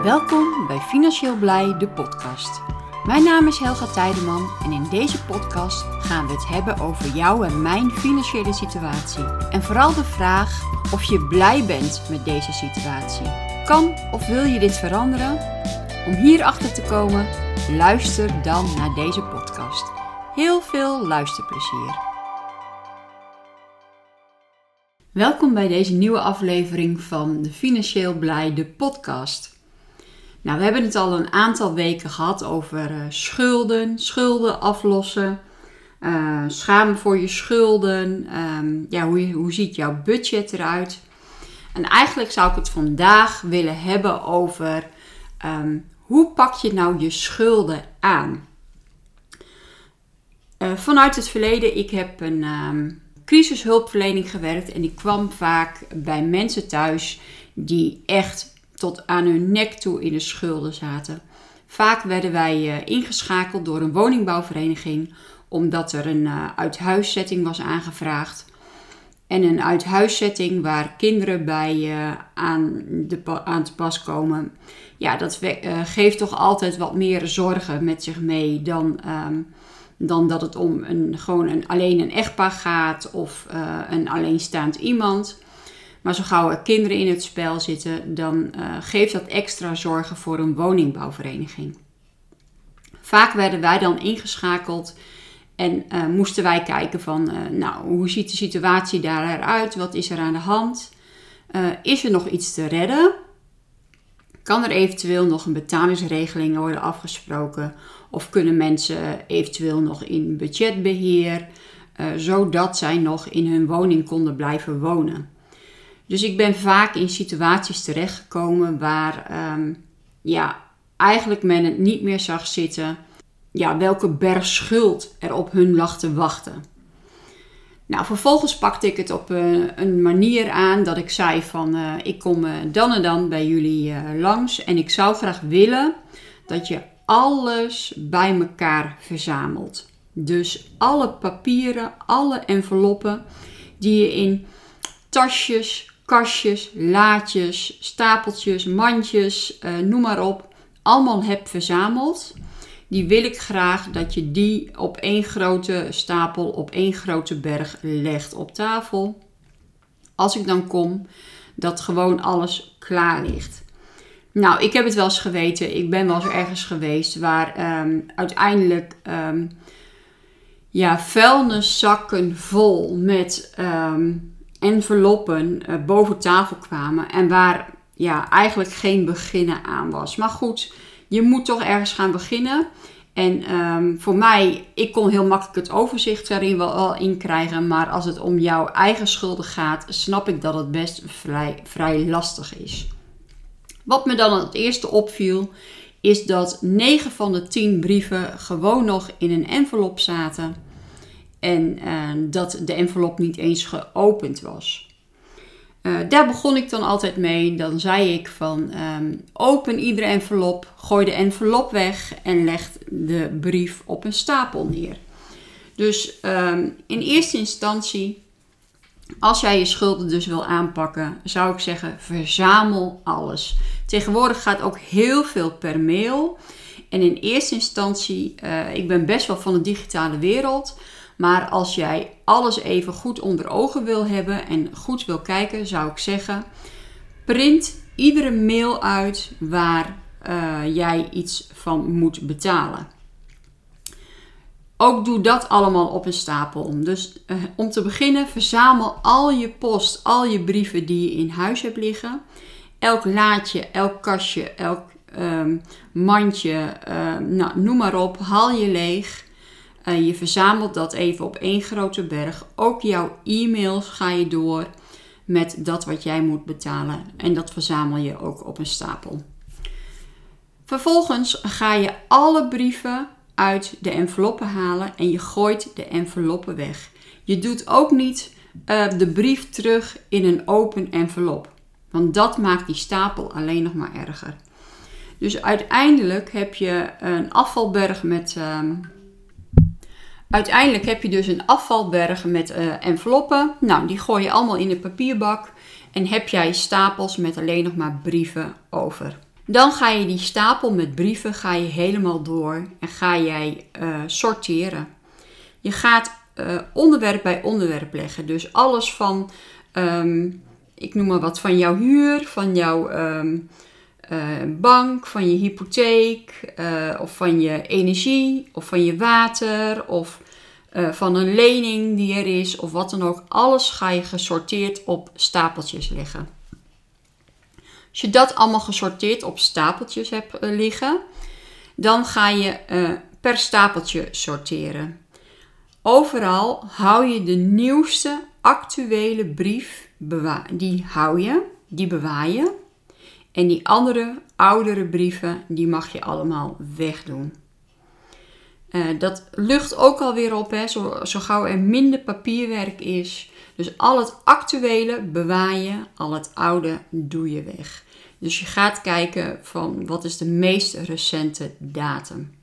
Welkom bij Financieel Blij, de podcast. Mijn naam is Helga Tijdeman en in deze podcast gaan we het hebben over jou en mijn financiële situatie. En vooral de vraag of je blij bent met deze situatie. Kan of wil je dit veranderen? Om hierachter te komen, luister dan naar deze podcast. Heel veel luisterplezier. Welkom bij deze nieuwe aflevering van de Financieel Blij, de podcast. Nou, we hebben het al een aantal weken gehad over schulden aflossen, schamen voor je schulden, hoe ziet jouw budget eruit? En eigenlijk zou ik het vandaag willen hebben over hoe pak je nou je schulden aan? Vanuit het verleden, ik heb een crisishulpverlening gewerkt en ik kwam vaak bij mensen thuis die echt tot aan hun nek toe in de schulden zaten. Vaak werden wij ingeschakeld door een woningbouwvereniging omdat er een uithuiszetting was aangevraagd. En een uithuiszetting waar kinderen bij aan te pas komen. Ja, dat geeft toch altijd wat meer zorgen met zich mee dan dat het om alleen een echtpaar gaat of een alleenstaand iemand. Maar zo gauw er kinderen in het spel zitten, dan geeft dat extra zorgen voor een woningbouwvereniging. Vaak werden wij dan ingeschakeld en moesten wij kijken van, hoe ziet de situatie daar eruit? Wat is er aan de hand? Is er nog iets te redden? Kan er eventueel nog een betalingsregeling worden afgesproken? Of kunnen mensen eventueel nog in budgetbeheer, zodat zij nog in hun woning konden blijven wonen? Dus ik ben vaak in situaties terechtgekomen waar eigenlijk men het niet meer zag zitten. Ja, welke berg schuld er op hun lag te wachten. Nou, vervolgens pakte ik het op een manier aan dat ik zei van ik kom dan en dan bij jullie langs. En ik zou graag willen dat je alles bij elkaar verzamelt. Dus alle papieren, alle enveloppen die je in tasjes, kastjes, laadjes, stapeltjes, mandjes, noem maar op, allemaal hebt verzameld. Die wil ik graag dat je die op één grote stapel, op één grote berg legt op tafel. Als ik dan kom, dat gewoon alles klaar ligt. Nou, ik heb het wel eens geweten. Ik ben wel eens ergens geweest waar uiteindelijk vuilniszakken vol met enveloppen boven tafel kwamen. En waar eigenlijk geen beginnen aan was. Maar goed, je moet toch ergens gaan beginnen. En voor mij, ik kon heel makkelijk het overzicht daarin wel in krijgen. Maar als het om jouw eigen schulden gaat, snap ik dat het best vrij lastig is. Wat me dan het eerste opviel, is dat 9 van de 10 brieven gewoon nog in een envelop zaten. En dat de envelop niet eens geopend was. Daar begon ik dan altijd mee. Dan zei ik van open iedere envelop, gooi de envelop weg en leg de brief op een stapel neer. Dus in eerste instantie, als jij je schulden dus wil aanpakken, zou ik zeggen verzamel alles. Tegenwoordig gaat ook heel veel per mail. En in eerste instantie, ik ben best wel van de digitale wereld. Maar als jij alles even goed onder ogen wil hebben en goed wil kijken, zou ik zeggen, print iedere mail uit waar jij iets van moet betalen. Ook doe dat allemaal op een stapel om. Dus om te beginnen, verzamel al je post, al je brieven die je in huis hebt liggen. Elk laadje, elk kastje, elk mandje, noem maar op, haal je leeg. Je verzamelt dat even op één grote berg. Ook jouw e-mails ga je door met dat wat jij moet betalen. En dat verzamel je ook op een stapel. Vervolgens ga je alle brieven uit de enveloppen halen en je gooit de enveloppen weg. Je doet ook niet de brief terug in een open envelop. Want dat maakt die stapel alleen nog maar erger. Dus uiteindelijk heb je een afvalberg met enveloppen. Nou, die gooi je allemaal in de papierbak. En heb jij stapels met alleen nog maar brieven over. Dan ga je die stapel met brieven helemaal door en ga jij sorteren. Je gaat onderwerp bij onderwerp leggen. Dus alles van, ik noem maar wat, van jouw huur, van jouw bank, van je hypotheek, of van je energie, of van je water, of van een lening die er is, of wat dan ook. Alles ga je gesorteerd op stapeltjes leggen. Als je dat allemaal gesorteerd op stapeltjes hebt liggen, dan ga je per stapeltje sorteren. Overal hou je de nieuwste actuele brief, die bewaar je. En die andere, oudere brieven, die mag je allemaal wegdoen. Dat lucht ook alweer op, hè, zo gauw er minder papierwerk is. Dus al het actuele bewaar je, al het oude doe je weg. Dus je gaat kijken van wat is de meest recente datum.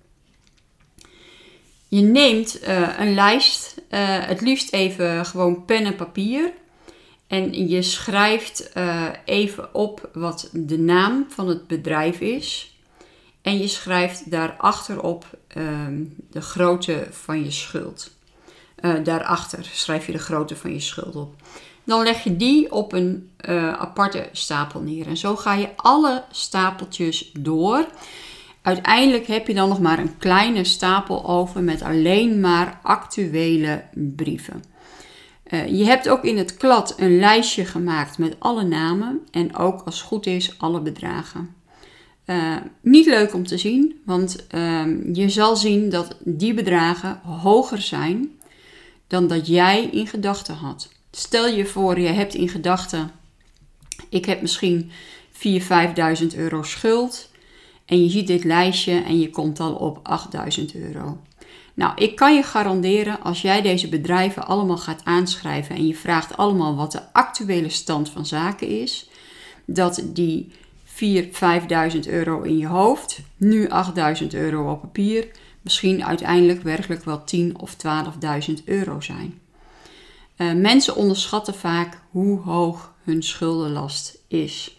Je neemt een lijst, het liefst even gewoon pen en papier. En je schrijft even op wat de naam van het bedrijf is. En je schrijft daarachterop de grootte van je schuld. Daarachter schrijf je de grootte van je schuld op. Dan leg je die op een aparte stapel neer. En zo ga je alle stapeltjes door. Uiteindelijk heb je dan nog maar een kleine stapel over met alleen maar actuele brieven. Je hebt ook in het klad een lijstje gemaakt met alle namen en ook als het goed is alle bedragen. Niet leuk om te zien, want je zal zien dat die bedragen hoger zijn dan dat jij in gedachten had. Stel je voor, je hebt in gedachten, ik heb misschien 4.000, 5.000 euro schuld en je ziet dit lijstje en je komt al op 8.000 euro. Nou, ik kan je garanderen, als jij deze bedrijven allemaal gaat aanschrijven en je vraagt allemaal wat de actuele stand van zaken is, dat die 4.000, 5.000 euro in je hoofd, nu 8.000 euro op papier, misschien uiteindelijk werkelijk wel 10.000 of 12.000 euro zijn. Mensen onderschatten vaak hoe hoog hun schuldenlast is.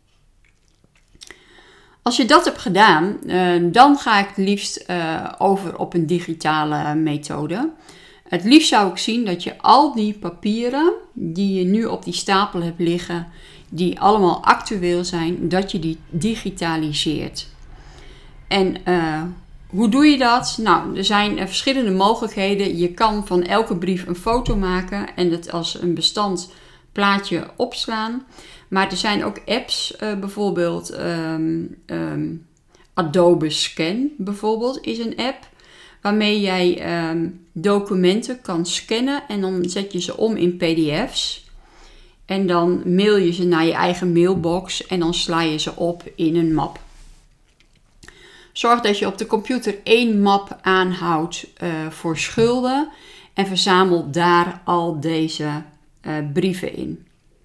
Als je dat hebt gedaan, dan ga ik het liefst over op een digitale methode. Het liefst zou ik zien dat je al die papieren die je nu op die stapel hebt liggen, die allemaal actueel zijn, dat je die digitaliseert. En hoe doe je dat? Nou, er zijn verschillende mogelijkheden. Je kan van elke brief een foto maken en het als een bestandsplaatje opslaan. Maar er zijn ook apps, bijvoorbeeld Adobe Scan bijvoorbeeld is een app. Waarmee jij documenten kan scannen en dan zet je ze om in pdf's. En dan mail je ze naar je eigen mailbox en dan sla je ze op in een map. Zorg dat je op de computer 1 map aanhoudt voor schulden en verzamel daar al deze brieven in.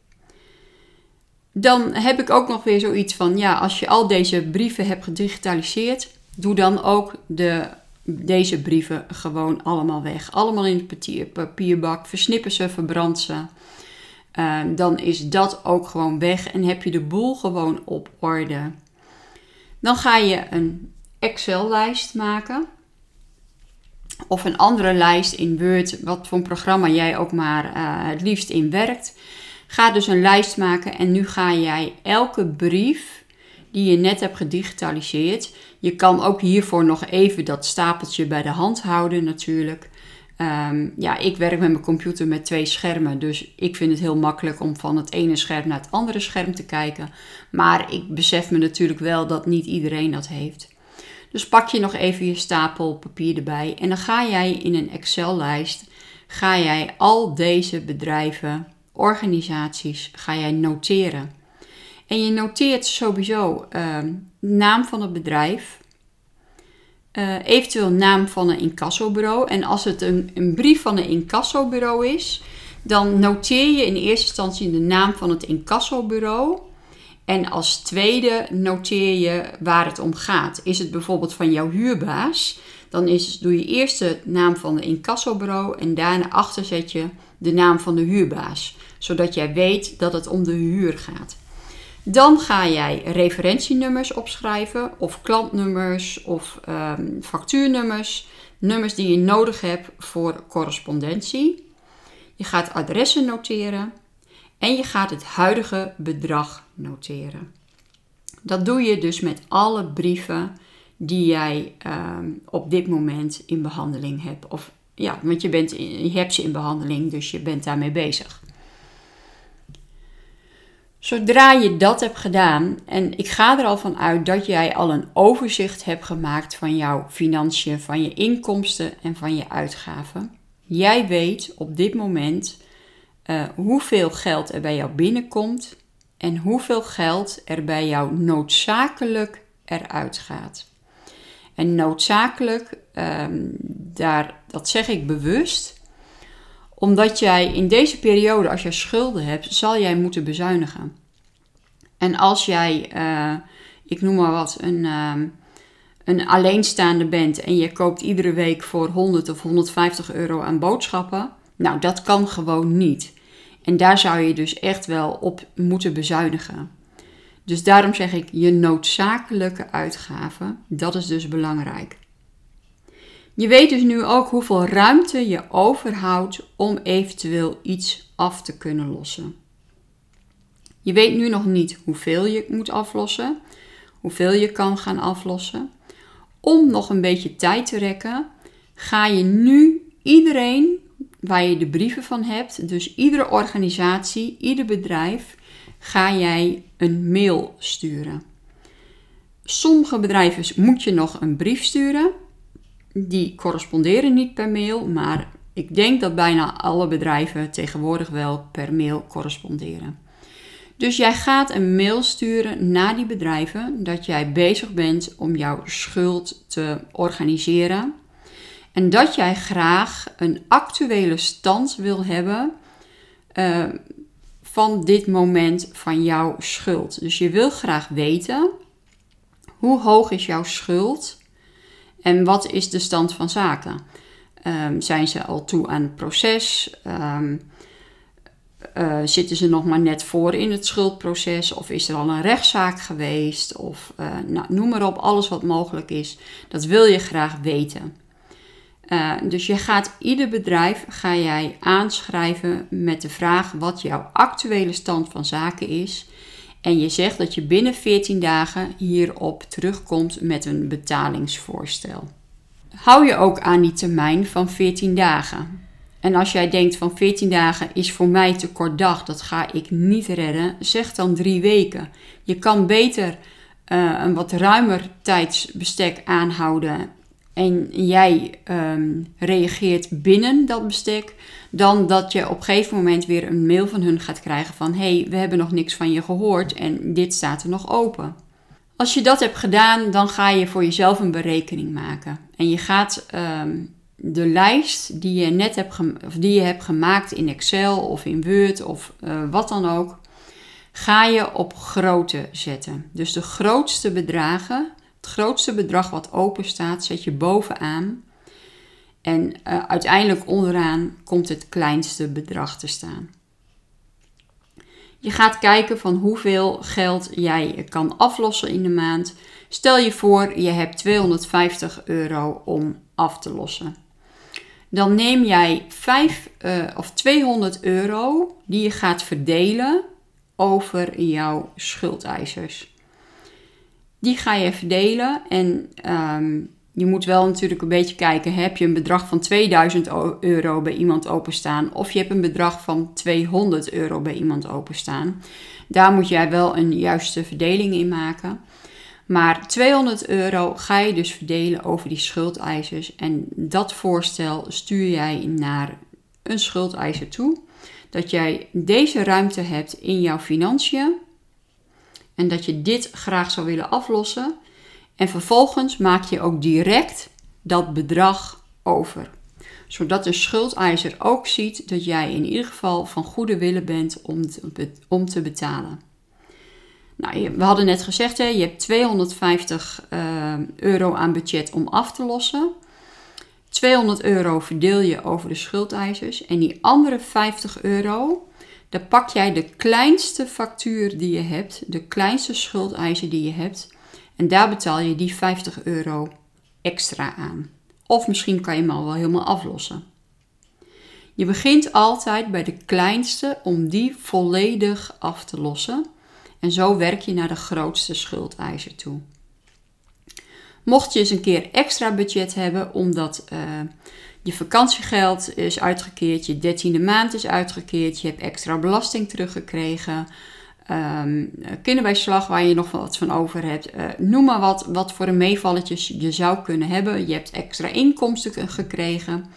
Dan heb ik ook nog weer zoiets van, ja, als je al deze brieven hebt gedigitaliseerd, doe dan ook deze brieven gewoon allemaal weg. Allemaal in de papierbak, versnippen ze, verbrand ze. Dan is dat ook gewoon weg en heb je de boel gewoon op orde. Dan ga je een Excel-lijst maken. Of een andere lijst in Word, wat voor een programma jij ook maar het liefst in werkt. Ga dus een lijst maken en nu ga jij elke brief die je net hebt gedigitaliseerd. Je kan ook hiervoor nog even dat stapeltje bij de hand houden natuurlijk. Ik werk met mijn computer met 2 schermen, dus ik vind het heel makkelijk om van het ene scherm naar het andere scherm te kijken. Maar ik besef me natuurlijk wel dat niet iedereen dat heeft. Dus pak je nog even je stapel papier erbij en dan ga jij in een Excel-lijst, ga jij al deze bedrijven, organisaties, ga jij noteren. En je noteert sowieso naam van het bedrijf, eventueel naam van een incassobureau. En als het een brief van een incassobureau is, dan noteer je in eerste instantie de naam van het incassobureau. En als tweede noteer je waar het om gaat. Is het bijvoorbeeld van jouw huurbaas, dan doe je eerst de naam van de incassobureau en daarna achter zet je de naam van de huurbaas. Zodat jij weet dat het om de huur gaat. Dan ga jij referentienummers opschrijven of klantnummers of factuurnummers. Nummers die je nodig hebt voor correspondentie. Je gaat adressen noteren en je gaat het huidige bedrag noteren. Dat doe je dus met alle brieven die jij op dit moment in behandeling hebt. Of ja, want je hebt ze in behandeling, dus je bent daarmee bezig. Zodra je dat hebt gedaan, en ik ga er al van uit dat jij al een overzicht hebt gemaakt van jouw financiën, van je inkomsten en van je uitgaven. Jij weet op dit moment hoeveel geld er bij jou binnenkomt en hoeveel geld er bij jou noodzakelijk eruit gaat. En noodzakelijk, dat zeg ik bewust, omdat jij in deze periode, als jij schulden hebt, zal jij moeten bezuinigen. En als jij, ik noem maar wat, een alleenstaande bent en je koopt iedere week voor 100 of 150 euro aan boodschappen, nou dat kan gewoon niet. En daar zou je dus echt wel op moeten bezuinigen. Dus daarom zeg ik, je noodzakelijke uitgaven, dat is dus belangrijk. Je weet dus nu ook hoeveel ruimte je overhoudt om eventueel iets af te kunnen lossen. Je weet nu nog niet hoeveel je moet aflossen, hoeveel je kan gaan aflossen. Om nog een beetje tijd te rekken, ga je nu iedereen waar je de brieven van hebt, dus iedere organisatie, ieder bedrijf, ga jij een mail sturen. Sommige bedrijven moet je nog een brief sturen. Die corresponderen niet per mail, maar ik denk dat bijna alle bedrijven tegenwoordig wel per mail corresponderen. Dus jij gaat een mail sturen naar die bedrijven dat jij bezig bent om jouw schuld te organiseren. En dat jij graag een actuele stand wil hebben van dit moment van jouw schuld. Dus je wil graag weten, hoe hoog is jouw schuld en wat is de stand van zaken? Zijn ze al toe aan het proces? Zitten ze nog maar net voor in het schuldproces? Of is er al een rechtszaak geweest? Of noem maar op, alles wat mogelijk is. Dat wil je graag weten. Dus je gaat ieder bedrijf ga jij aanschrijven met de vraag wat jouw actuele stand van zaken is. En je zegt dat je binnen 14 dagen hierop terugkomt met een betalingsvoorstel. Hou je ook aan die termijn van 14 dagen. En als jij denkt van 14 dagen is voor mij te kort dag, dat ga ik niet redden, zeg dan 3 weken. Je kan beter een wat ruimer tijdsbestek aanhouden en jij reageert binnen dat bestek, dan dat je op een gegeven moment weer een mail van hun gaat krijgen van hey, we hebben nog niks van je gehoord en dit staat er nog open. Als je dat hebt gedaan, dan ga je voor jezelf een berekening maken. En je gaat de lijst die je hebt gemaakt in Excel of in Word of wat dan ook, ga je op grootte zetten. Dus de grootste bedragen, het grootste bedrag wat open staat, zet je bovenaan. En uiteindelijk onderaan komt het kleinste bedrag te staan. Je gaat kijken van hoeveel geld jij kan aflossen in de maand. Stel je voor, je hebt 250 euro om af te lossen. Dan neem jij 200 euro die je gaat verdelen over jouw schuldeisers. Die ga je verdelen en je moet wel natuurlijk een beetje kijken. Heb je een bedrag van 2000 euro bij iemand openstaan of je hebt een bedrag van 200 euro bij iemand openstaan. Daar moet jij wel een juiste verdeling in maken. Maar 200 euro ga je dus verdelen over die schuldeisers. En dat voorstel stuur jij naar een schuldeiser toe. Dat jij deze ruimte hebt in jouw financiën. En dat je dit graag zou willen aflossen. En vervolgens maak je ook direct dat bedrag over. Zodat de schuldeiser ook ziet dat jij in ieder geval van goede wille bent om te betalen. Nou, we hadden net gezegd, je hebt 250 euro aan budget om af te lossen. 200 euro verdeel je over de schuldeisers. En die andere 50 euro, Dan pak jij de kleinste factuur die je hebt, de kleinste schuldeiser die je hebt. En daar betaal je die €50 extra aan. Of misschien kan je hem al wel helemaal aflossen. Je begint altijd bij de kleinste om die volledig af te lossen. En zo werk je naar de grootste schuldeiser toe. Mocht je eens een keer extra budget hebben omdat je vakantiegeld is uitgekeerd, je 13e maand is uitgekeerd, je hebt extra belasting teruggekregen, kinderbijslag waar je nog wat van over hebt, noem maar wat voor een meevalletje je zou kunnen hebben. Je hebt extra inkomsten gekregen.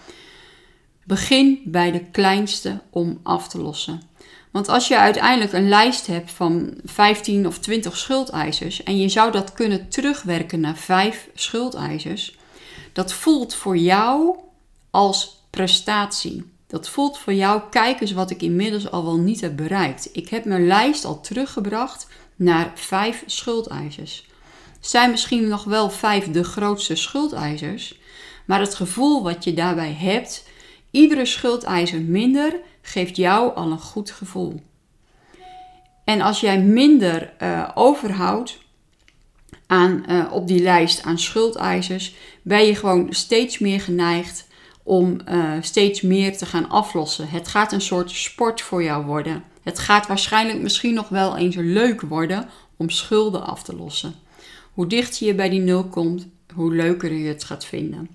Begin bij de kleinste om af te lossen. Want als je uiteindelijk een lijst hebt van 15 of 20 schuldeisers en je zou dat kunnen terugwerken naar 5 schuldeisers, dat voelt voor jou als prestatie. Dat voelt voor jou, kijk eens wat ik inmiddels al wel niet heb bereikt. Ik heb mijn lijst al teruggebracht naar 5 schuldeisers. Zijn misschien nog wel 5 de grootste schuldeisers, maar het gevoel wat je daarbij hebt, iedere schuldeiser minder, geeft jou al een goed gevoel. En als jij minder overhoudt op die lijst aan schuldeisers, ben je gewoon steeds meer geneigd om steeds meer te gaan aflossen. Het gaat een soort sport voor jou worden. Het gaat waarschijnlijk misschien nog wel eens leuk worden om schulden af te lossen. Hoe dichter je bij die 0 komt, hoe leuker je het gaat vinden.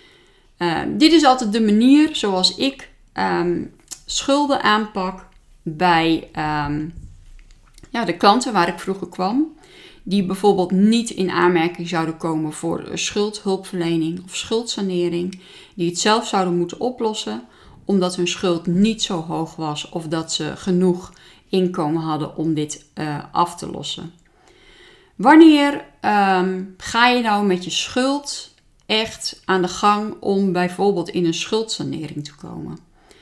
Dit is altijd de manier zoals ik schulden aanpak bij de klanten waar ik vroeger kwam. Die bijvoorbeeld niet in aanmerking zouden komen voor schuldhulpverlening of schuldsanering. Die het zelf zouden moeten oplossen omdat hun schuld niet zo hoog was of dat ze genoeg inkomen hadden om dit af te lossen. Wanneer ga je nou met je schuld echt aan de gang om bijvoorbeeld in een schuldsanering te komen?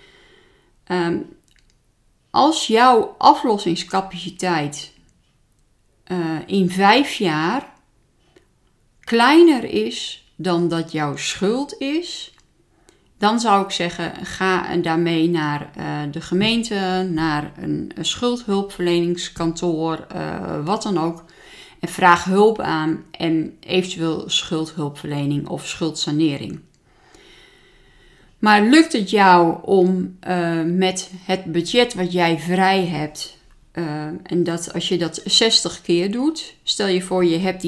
Als jouw aflossingscapaciteit in 5 jaar kleiner is dan dat jouw schuld is, dan zou ik zeggen, ga daarmee naar de gemeente, naar een schuldhulpverleningskantoor, wat dan ook. En vraag hulp aan en eventueel schuldhulpverlening of schuldsanering. Maar lukt het jou om met het budget wat jij vrij hebt, en dat als je dat 60 keer doet, stel je voor je hebt die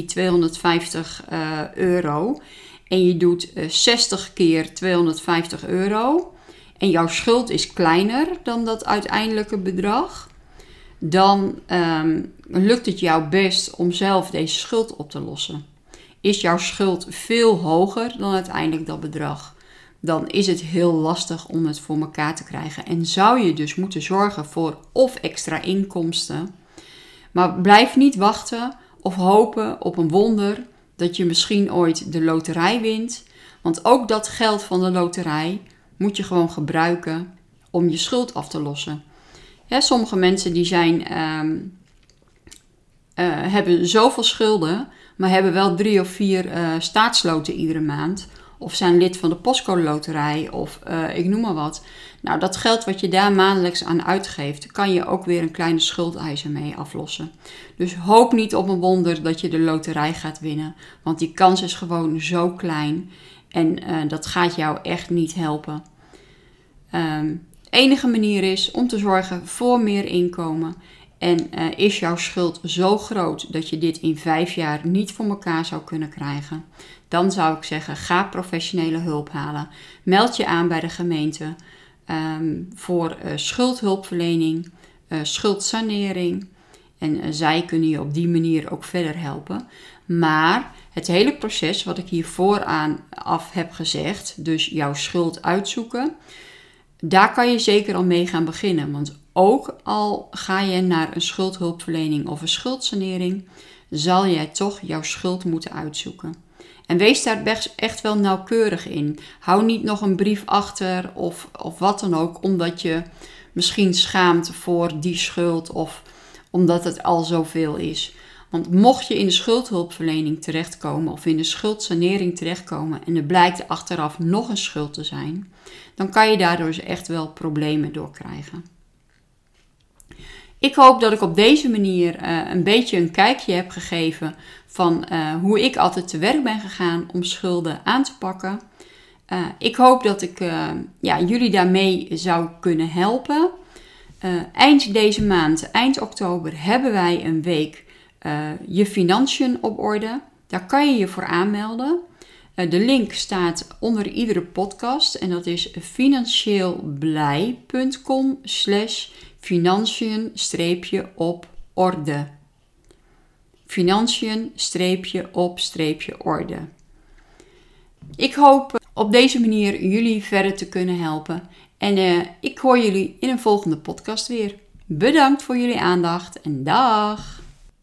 €250 en je doet 60 keer €250 en jouw schuld is kleiner dan dat uiteindelijke bedrag, dan lukt het jou best om zelf deze schuld op te lossen. Is jouw schuld veel hoger dan uiteindelijk dat bedrag, dan is het heel lastig om het voor elkaar te krijgen. En zou je dus moeten zorgen voor of extra inkomsten. Maar blijf niet wachten of hopen op een wonder dat je misschien ooit de loterij wint. Want ook dat geld van de loterij moet je gewoon gebruiken om je schuld af te lossen. Ja, sommige mensen die hebben zoveel schulden, maar hebben wel 3 of 4 staatsloten iedere maand. Of zijn lid van de postcode loterij of ik noem maar wat. Nou, dat geld wat je daar maandelijks aan uitgeeft, kan je ook weer een kleine schuldeiser mee aflossen. Dus hoop niet op een wonder dat je de loterij gaat winnen. Want die kans is gewoon zo klein en dat gaat jou echt niet helpen. Enige manier is om te zorgen voor meer inkomen. En is jouw schuld zo groot dat je dit in 5 jaar niet voor elkaar zou kunnen krijgen, dan zou ik zeggen, ga professionele hulp halen. Meld je aan bij de gemeente voor schuldhulpverlening, schuldsanering. En zij kunnen je op die manier ook verder helpen. Maar het hele proces wat ik hier vooraan af heb gezegd, dus jouw schuld uitzoeken, daar kan je zeker al mee gaan beginnen. Want ook al ga je naar een schuldhulpverlening of een schuldsanering, zal jij toch jouw schuld moeten uitzoeken. En wees daar echt wel nauwkeurig in. Hou niet nog een brief achter of wat dan ook, omdat je misschien schaamt voor die schuld of omdat het al zoveel is. Want mocht je in de schuldhulpverlening terechtkomen of in de schuldsanering terechtkomen en er blijkt achteraf nog een schuld te zijn, dan kan je daardoor echt wel problemen door krijgen. Ik hoop dat ik op deze manier een beetje een kijkje heb gegeven van hoe ik altijd te werk ben gegaan om schulden aan te pakken. Ik hoop dat ik jullie daarmee zou kunnen helpen. Eind deze maand, eind oktober, hebben wij een week je financiën op orde. Daar kan je je voor aanmelden. De link staat onder iedere podcast en dat is financiën-op-orde. Financiën-op-orde. Ik hoop op deze manier jullie verder te kunnen helpen. En ik hoor jullie in een volgende podcast weer. Bedankt voor jullie aandacht en dag!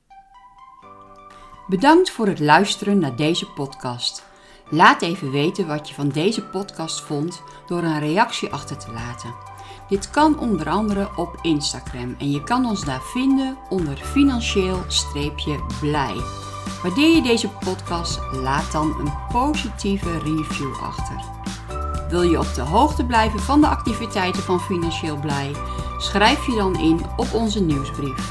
Bedankt voor het luisteren naar deze podcast. Laat even weten wat je van deze podcast vond door een reactie achter te laten. Dit kan onder andere op Instagram en je kan ons daar vinden onder financieel-blij. Waardeer je deze podcast, laat dan een positieve review achter. Wil je op de hoogte blijven van de activiteiten van Financieel Blij? Schrijf je dan in op onze nieuwsbrief.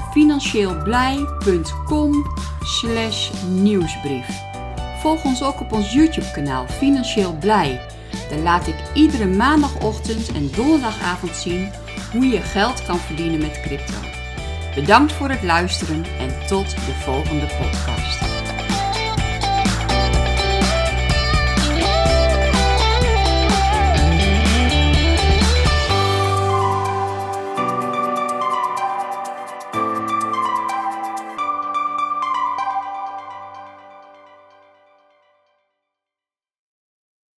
financieelblij.com/nieuwsbrief. Volg ons ook op ons YouTube kanaal Financieel Blij. Daar laat ik iedere maandagochtend en donderdagavond zien hoe je geld kan verdienen met crypto. Bedankt voor het luisteren en tot de volgende podcast.